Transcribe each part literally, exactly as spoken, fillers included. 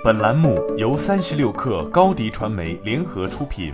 本栏目由三十六氪高低传媒联合出品。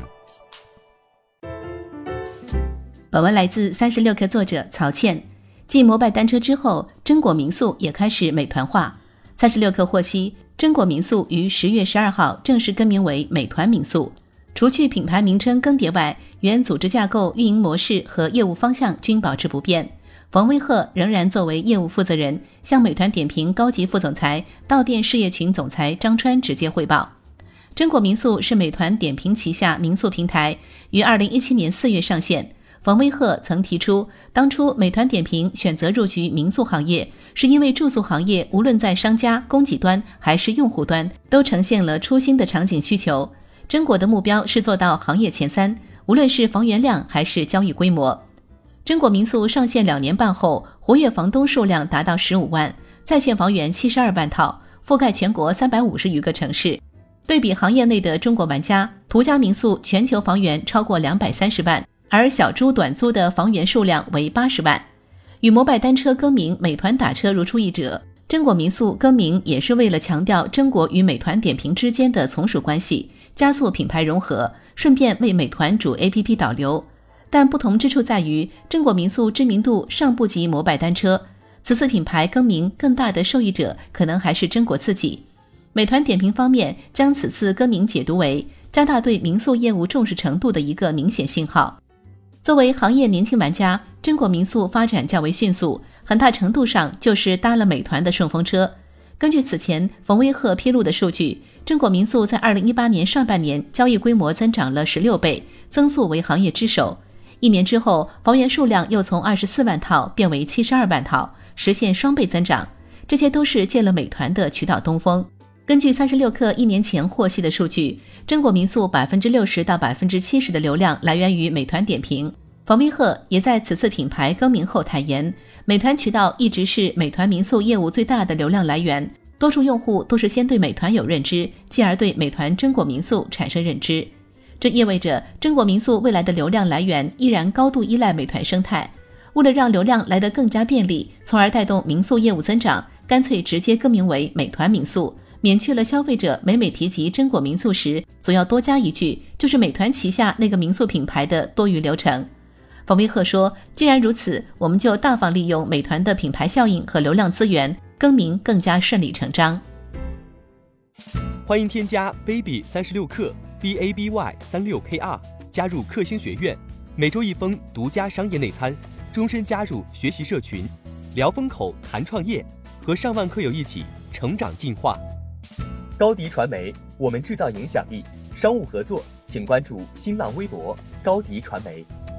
本文来自三十六氪作者曹倩。继摩拜单车之后，真果民宿也开始美团化。三十六氪获悉，真果民宿于十月十二号正式更名为美团民宿。除去品牌名称更迭外，原组织架构、运营模式和业务方向均保持不变。冯威赫仍然作为业务负责人，向美团点评高级副总裁、到店事业群总裁张川直接汇报。真果民宿是美团点评旗下民宿平台，于二零一七年四月上线。冯威赫曾提出，当初美团点评选择入局民宿行业，是因为住宿行业无论在商家、供给端还是用户端，都呈现了出新的场景需求。真果的目标是做到行业前三，无论是房源量还是交易规模。真果民宿上线两年半后，活跃房东数量达到十五万，在线房源七十二万套，覆盖全国三百五十余个城市。对比行业内的中国玩家，途家民宿全球房源超过两百三十万，而小猪短租的房源数量为八十万。与摩拜单车更名美团打车如出一辙，真果民宿更名也是为了强调真果与美团点评之间的从属关系，加速品牌融合，顺便为美团主 A P P 导流。但不同之处在于，真果民宿知名度尚不及摩拜单车，此次品牌更名更大的受益者可能还是真果自己。美团点评方面将此次更名解读为加大对民宿业务重视程度的一个明显信号。作为行业年轻玩家，真果民宿发展较为迅速，很大程度上就是搭了美团的顺风车。根据此前冯威赫披露的数据，真果民宿在二零一八年上半年交易规模增长了十六倍，增速为行业之首。一年之后，房源数量又从二十四万套变为七十二万套，实现双倍增长。这些都是借了美团的渠道东风。根据三十六氪一年前获悉的数据，真果民宿 百分之六十 到 百分之七十 的流量来源于美团点评。冯威赫也在此次品牌更名后坦言，美团渠道一直是美团民宿业务最大的流量来源，多数用户都是先对美团有认知，继而对美团真果民宿产生认知。这意味着真果民宿未来的流量来源依然高度依赖美团生态。为了让流量来得更加便利，从而带动民宿业务增长，干脆直接更名为美团民宿，免去了消费者每每提及真果民宿时总要多加一句就是美团旗下那个民宿品牌的多余流程。冯威赫说，既然如此，我们就大方利用美团的品牌效应和流量资源，更名更加顺理成章。 欢迎添加 baby 三十六克 B A B Y 三六 K R 加入克星学院，每周一封独家商业内参，终身加入学习社群，聊风口谈创业，和上万课友一起成长进化。高迪传媒，我们制造影响力。商务合作请关注新浪微博高迪传媒。